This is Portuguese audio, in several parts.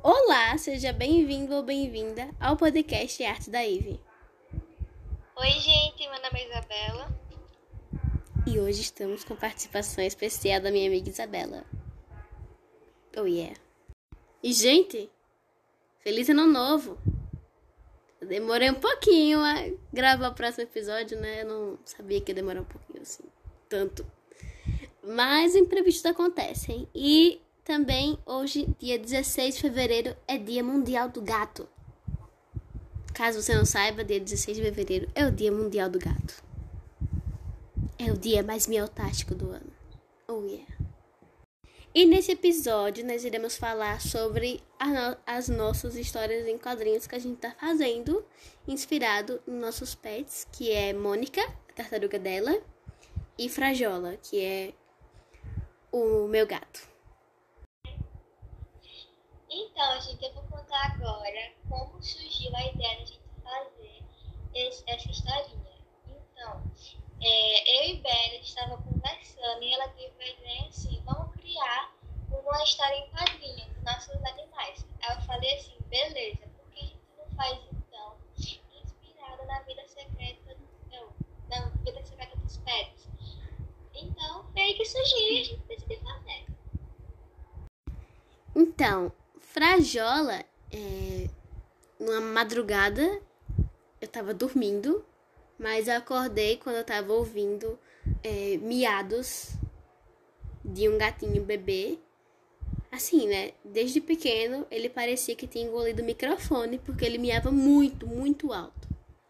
Olá, seja bem-vindo ou bem-vinda ao podcast Arte da Ivy. Oi, gente, meu nome é Isabela. E hoje estamos com participação especial da minha amiga Isabela. Oh yeah! E gente, feliz ano novo! Eu demorei um pouquinho a gravar o próximo episódio, né? Eu não sabia que ia demorar um pouquinho assim, tanto. Mas imprevistos acontecem. E também hoje, dia 16 de fevereiro, é Dia Mundial do Gato. Caso você não saiba, dia 16 de fevereiro é o Dia Mundial do Gato. É o dia mais miautástico do ano. Oh yeah! E nesse episódio nós iremos falar sobre as nossas histórias em quadrinhos que a gente tá fazendo, inspirado nos nossos pets, que é Mônica, a tartaruga dela, e Frajola, que é o meu gato. Então, gente, eu vou contar agora como surgiu a ideia da gente fazer essa historinha. Então, eu e Bela estava conversando e ela teve a ideia assim, vamos criar uma história em quadrinho dos nossos animais. Aí eu falei assim, beleza, por que a gente não faz então inspirada na vida secreta dos pets? Então, foi aí que surgiu e a gente decidiu fazer. Então, Frajola, numa madrugada, eu tava dormindo, mas eu acordei quando eu tava ouvindo miados de um gatinho bebê. Assim, né? Desde pequeno, ele parecia que tinha engolido o microfone, porque ele miava muito, muito alto.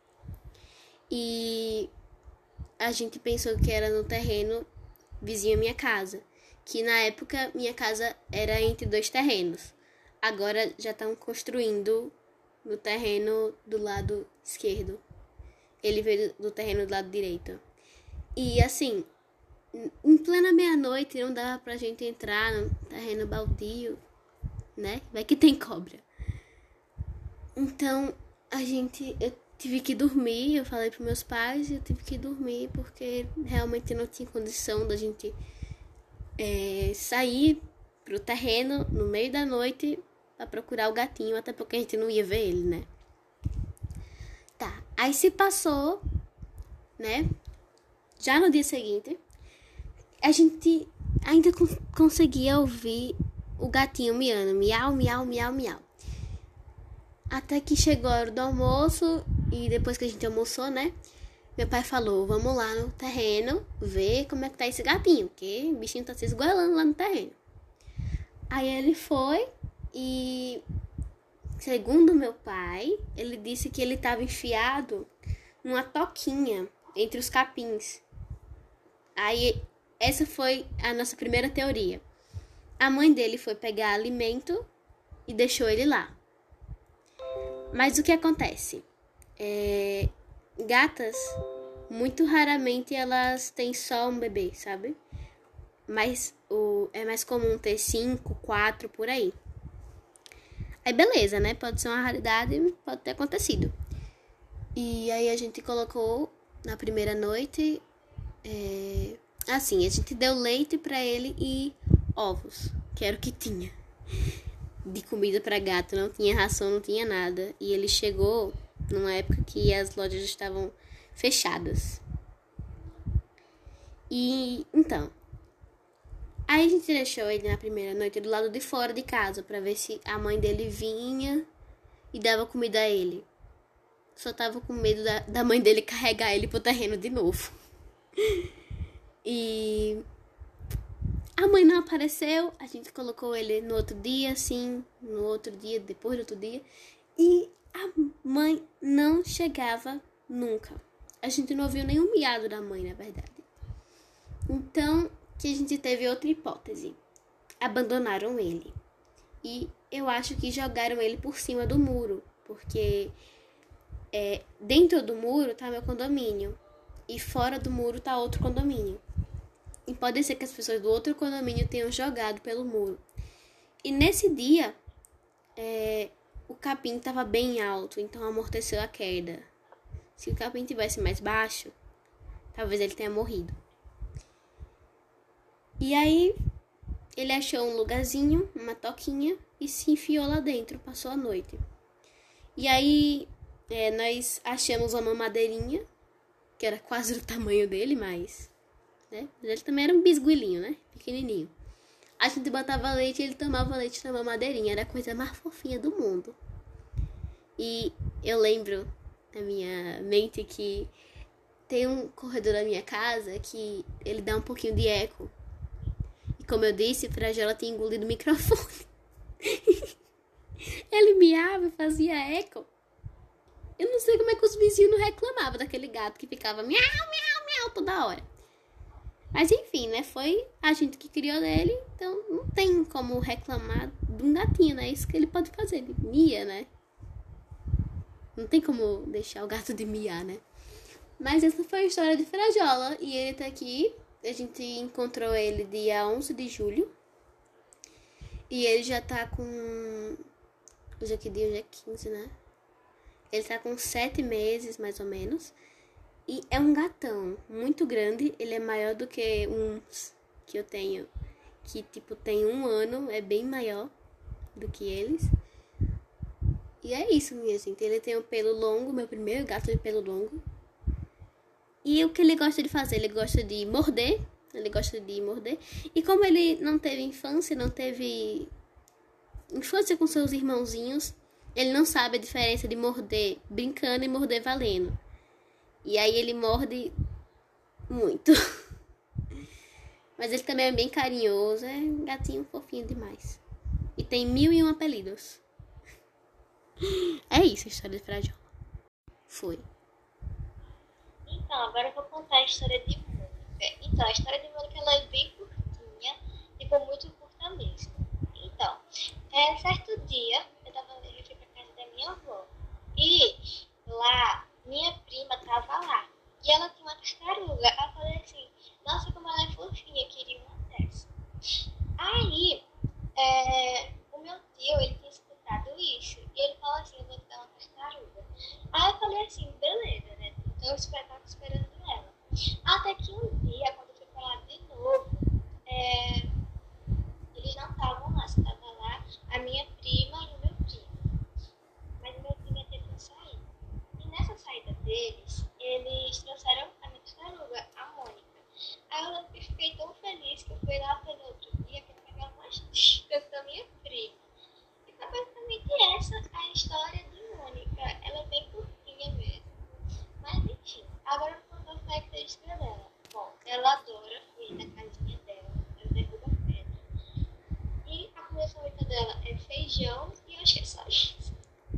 E a gente pensou que era no terreno vizinho à minha casa. Que na época, minha casa era entre dois terrenos. Agora já estão construindo no terreno do lado esquerdo. Ele veio do terreno do lado direito. E assim, em plena meia-noite não dava pra gente entrar no terreno baldio, né? Vai que tem cobra. Então, eu tive que dormir, eu falei pros meus pais, eu tive que dormir porque realmente não tinha condição da gente sair pro terreno no meio da noite pra procurar o gatinho, até porque a gente não ia ver ele, né? Tá, aí se passou, né? Já no dia seguinte, a gente ainda conseguia ouvir o gatinho miando, miau, miau, miau, miau. Até que chegou a hora do almoço e depois que a gente almoçou, né? Meu pai falou, vamos lá no terreno ver como é que tá esse gatinho, porque o bichinho tá se esgoelando lá no terreno. Aí ele foi e, segundo meu pai, ele disse que ele tava enfiado numa toquinha entre os capins. Aí essa foi a nossa primeira teoria. A mãe dele foi pegar alimento e deixou ele lá. Mas o que acontece? Gatas, muito raramente elas têm só um bebê, sabe? Mas é mais comum ter 5, 4 por aí. Aí beleza, né? Pode ser uma raridade, pode ter acontecido. E aí a gente colocou na primeira noite... Assim, a gente deu leite pra ele e ovos, que era o que tinha. De comida pra gato, não tinha ração, não tinha nada. E ele chegou numa época que as lojas estavam fechadas. E então, aí a gente deixou ele na primeira noite do lado de fora de casa pra ver se a mãe dele vinha e dava comida a ele. Só tava com medo da mãe dele carregar ele pro terreno de novo. E a mãe não apareceu, a gente colocou ele no outro dia, assim, no outro dia, depois do outro dia. E a mãe não chegava nunca. A gente não ouviu nenhum miado da mãe, na verdade. Então, que a gente teve outra hipótese. Abandonaram ele. E eu acho que jogaram ele por cima do muro. Porque dentro do muro tá meu condomínio. E fora do muro tá outro condomínio. E pode ser que as pessoas do outro condomínio tenham jogado pelo muro. E nesse dia, o capim estava bem alto, então amorteceu a queda. Se o capim tivesse mais baixo, talvez ele tenha morrido. E aí, ele achou um lugarzinho, uma toquinha, e se enfiou lá dentro, passou a noite. E aí, nós achamos uma mamadeirinha, que era quase do tamanho dele, mas ele também era um bisguilinho, né? Pequenininho. A gente botava leite e ele tomava leite na mamadeirinha. Era a coisa mais fofinha do mundo. E eu lembro na minha mente que tem um corredor da minha casa que ele dá um pouquinho de eco. E como eu disse, Frajola tinha engolido o microfone. Ele miava e fazia eco. Eu não sei como é que os vizinhos não reclamavam daquele gato que ficava miau, miau, miau toda hora. Mas enfim, né? Foi a gente que criou ele, então não tem como reclamar de um gatinho, né? Isso que ele pode fazer, ele mia, né? Não tem como deixar o gato de miar, né? Mas essa foi a história de Frajola e ele tá aqui. A gente encontrou ele dia 11 de julho. E ele já tá com... Hoje é que dia? Hoje é 15, né? Ele tá com 7 meses, mais ou menos. E é um gatão muito grande. Ele é maior do que uns que eu tenho, que tipo tem 1 ano. É bem maior do que eles. E é isso, minha gente. Ele tem o pelo longo, meu primeiro gato de pelo longo. E o que ele gosta de fazer? Ele gosta de morder. E como ele não teve infância, com seus irmãozinhos, ele não sabe a diferença de morder brincando e morder valendo. E aí ele morde muito. Mas ele também é bem carinhoso. É um gatinho fofinho demais. E tem 1001 apelidos. É isso a história de Frajola. Foi. Então, agora eu vou contar a história de Mônica. Então, a história de Mônica ela é bem curtinha, tipo, muito curta mesmo. Então, certo dia, eu fui pra casa da minha avó. E lá, minha prima tava lá. E ela tinha uma tartaruga. Eu falei assim, nossa, como ela é fofinha, eu queria uma dessa. Aí, o meu tio, ele tinha escutado isso. E ele falou assim, eu vou te dar uma tartaruga. Aí eu falei assim, beleza, né? Então eu tava esperando ela. Até que um dia, quando eu fui pra lá de novo, eles não estavam lá. Só tava lá a minha prima e o meu primo. Mas o meu primo ia ter que sair. E nessa saída deles, eles trouxeram a minha tartaruga, a Mônica. Aí eu fiquei tão feliz que eu fui lá pelo outro dia pra pegar umas dicas da minha prima. E foi basicamente essa a história de Mônica. Ela é bem curtinha mesmo. Mas enfim, agora eu vou contar as características dela. Bom, ela adora ir na casinha dela, ela derruba pedra. E a comida favorita dela é feijão e eu acho que é só isso.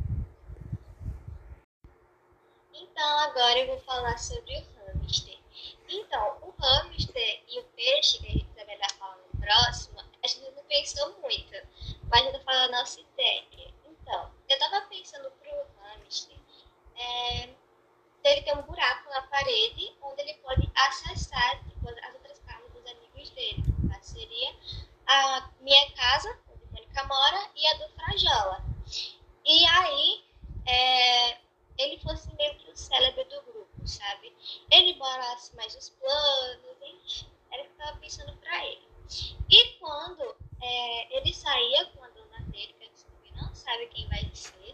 Então agora eu vou falar sobre o hamster. Então, o hamster e o peixe, que a gente também vai falar no próximo, a gente não pensou muito, mas eu tô falando a nossa ideia. Então, eu tava pensando pro hamster, ele tem um buraco na parede onde ele pode acessar tipo, as outras casas dos amigos dele. Tá? Seria a minha casa, onde a Mônica mora, e a do Frajola. E aí, ele fosse meio que o cérebro do grupo, sabe? Ele bolasse mais os planos, enfim. Era o que eu tava pensando pra ele. E quando ele saía com a dona dele, que a gente não sabe quem vai ser,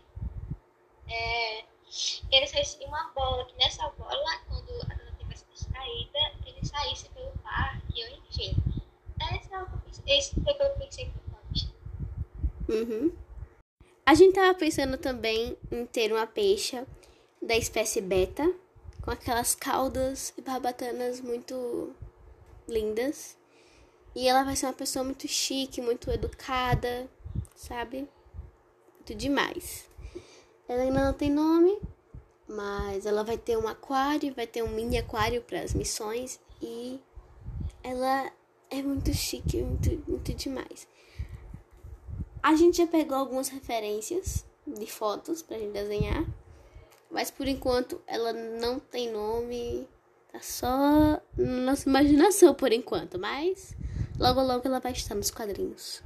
ele saísse uma bola, que nessa bola, quando a dona tivesse distraída, ele saísse pelo parque, ou enfim. Esse foi o que eu pensei pro hamster. Uhum. A gente tava pensando também em ter uma peixa da espécie beta, com aquelas caudas e barbatanas muito lindas. E ela vai ser uma pessoa muito chique, muito educada, sabe? Muito demais. Ela ainda não tem nome, mas ela vai ter um aquário, vai ter um mini aquário para as missões e ela é muito chique, muito, muito demais. A gente já pegou algumas referências de fotos pra gente desenhar, mas por enquanto ela não tem nome, tá só na nossa imaginação por enquanto, mas logo logo ela vai estar nos quadrinhos.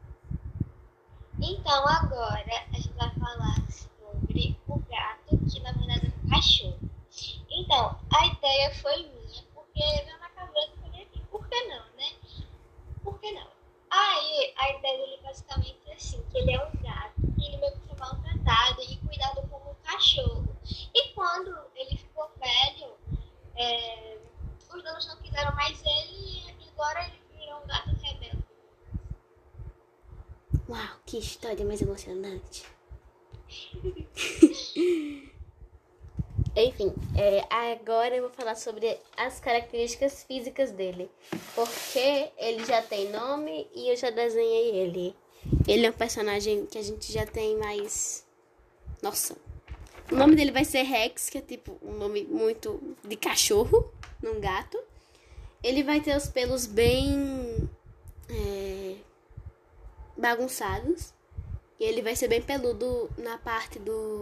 Então agora a gente vai falar sobre o gato, que na verdade é um cachorro. Então, a ideia foi minha, porque veio na cabeça e falei assim, por que não, né? Por que não? a ideia dele basicamente é assim, que ele é um gato, e ele meio que foi maltratado e cuidado como um cachorro. E quando ele ficou velho, os donos não quiseram mais ele e agora ele virou um gato rebelde. Uau, que história mais emocionante. Enfim, agora eu vou falar sobre as características físicas dele. Porque ele já tem nome e eu já desenhei ele. Ele é um personagem que a gente já tem mais... Nossa. O nome dele vai ser Rex, que é tipo um nome muito de cachorro, num gato. Ele vai ter os pelos bem bagunçados. E ele vai ser bem peludo na parte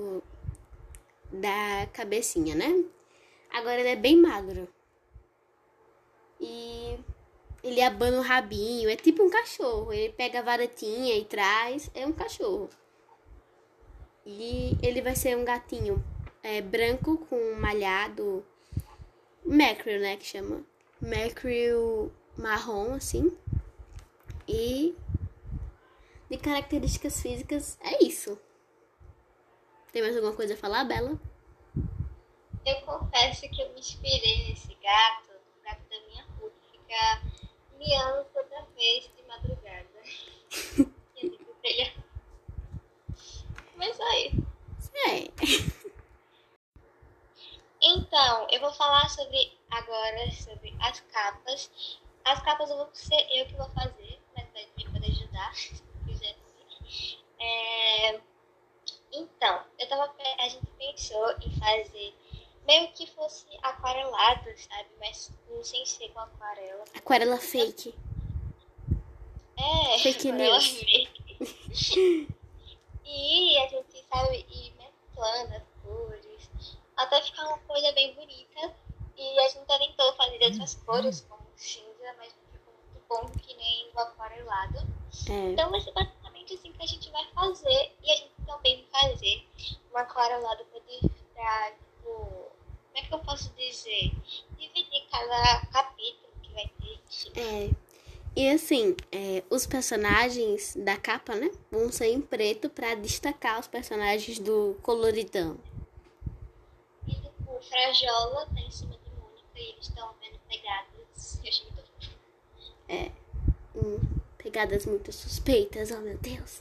da cabecinha, né? Agora ele é bem magro. E ele abana o rabinho. É tipo um cachorro. Ele pega a varetinha e traz. É um cachorro. E ele vai ser um gatinho branco com malhado. Mackerel, né? Que chama. Mackerel marrom, assim. E de características físicas é isso. Tem mais alguma coisa a falar, Bela? Eu confesso que eu me inspirei nesse gato, o gato da minha rua, que fica miando toda vez de madrugada. E eu digo pra ele. Mas aí. Então, eu vou falar agora sobre as capas. As capas eu vou ser eu que vou fazer, mas vai me poder ajudar, se quiser. Então, a gente pensou em fazer meio que fosse aquarelado, sabe? Mas sem ser com aquarela. Aquarela fake. Fake aquarela news. fake. E a gente, sabe, ir mesclando as cores, até ficar uma coisa bem bonita. E a gente tentou fazer outras cores, como cinza, mas não ficou muito bom que nem o aquarelado. Então vai ser basicamente assim que a gente vai fazer. E a gente também vai fazer um aquarelado para deixar, tipo, como é que eu posso dizer? Dividir cada capítulo que vai ter. E assim, os personagens da capa, né, vão ser em preto para destacar os personagens do coloridão. E tipo, o Frajola tá em cima de Mônica e eles estão vendo pegadas. Eu achei muito fofo. Pegadas muito suspeitas, oh meu Deus.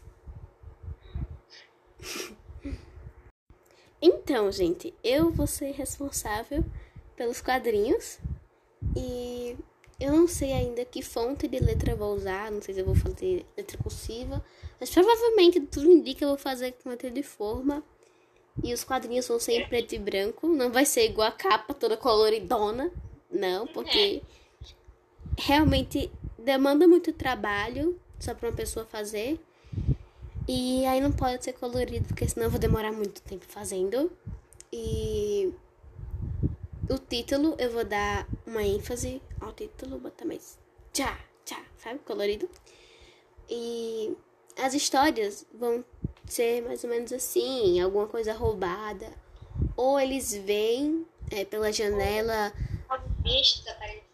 Então, gente, eu vou ser responsável pelos quadrinhos. E eu não sei ainda que fonte de letra eu vou usar. Não sei se eu vou fazer letra cursiva. Mas provavelmente tudo indica que eu vou fazer com letra de forma. E os quadrinhos vão ser em preto e branco. Não vai ser igual a capa toda coloridona. Não, porque realmente demanda muito trabalho só pra uma pessoa fazer. E aí não pode ser colorido, porque senão eu vou demorar muito tempo fazendo. E o título, eu vou dar uma ênfase ao título, botar mais tchá, sabe? Colorido. E as histórias vão ser mais ou menos assim, alguma coisa roubada. Ou eles veem pela janela. Bichos aparecendo.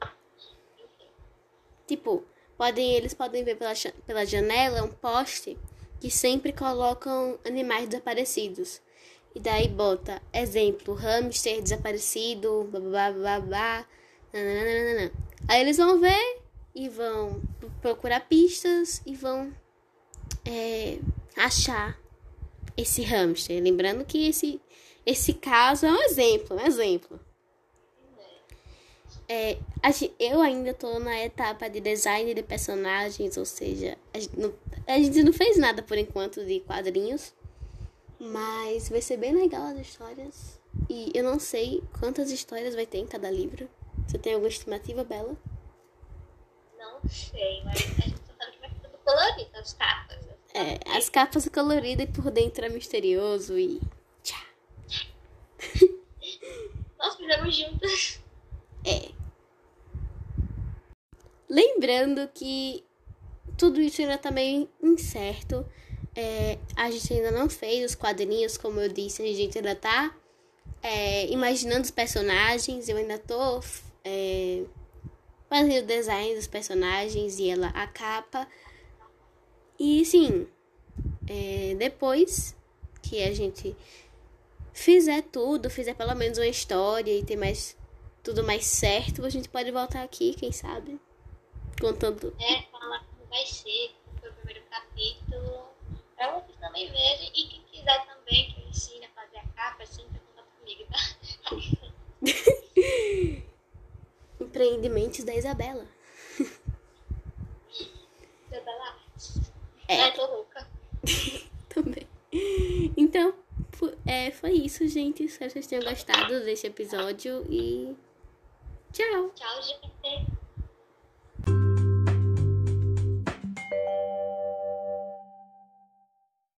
Tipo, eles podem ver pela janela um poste que sempre colocam animais desaparecidos. E daí bota, exemplo, hamster desaparecido, blá, blá, blá, blá, nananana. Aí eles vão ver e vão procurar pistas e vão achar esse hamster. Lembrando que esse caso é um exemplo. Eu ainda tô na etapa de design de personagens, ou seja, a gente não fez nada por enquanto de quadrinhos, mas vai ser bem legal as histórias. E eu não sei quantas histórias vai ter em cada livro. Você tem alguma estimativa, Bela? Não sei, mas a gente tá falando que vai ser tudo colorido, as capas. As capas coloridas e por dentro é misterioso e tchá. Nós fizemos juntas. Lembrando que tudo isso ainda tá meio incerto. A gente ainda não fez os quadrinhos, como eu disse, a gente ainda tá imaginando os personagens. Eu ainda tô fazendo o design dos personagens e a capa. E sim, depois que a gente fizer pelo menos uma história e ter tudo mais certo, a gente pode voltar aqui, quem sabe, contando. Falar como vai ser, como foi o primeiro capítulo, pra vocês também verem, e quem quiser também que eu ensine a fazer a capa, sempre conta comigo, tá? Empreendimentos da Isabela. Isabela, tô louca. Também. Então, foi isso, gente. Espero que vocês tenham gostado desse episódio e tchau. Tchau, gente.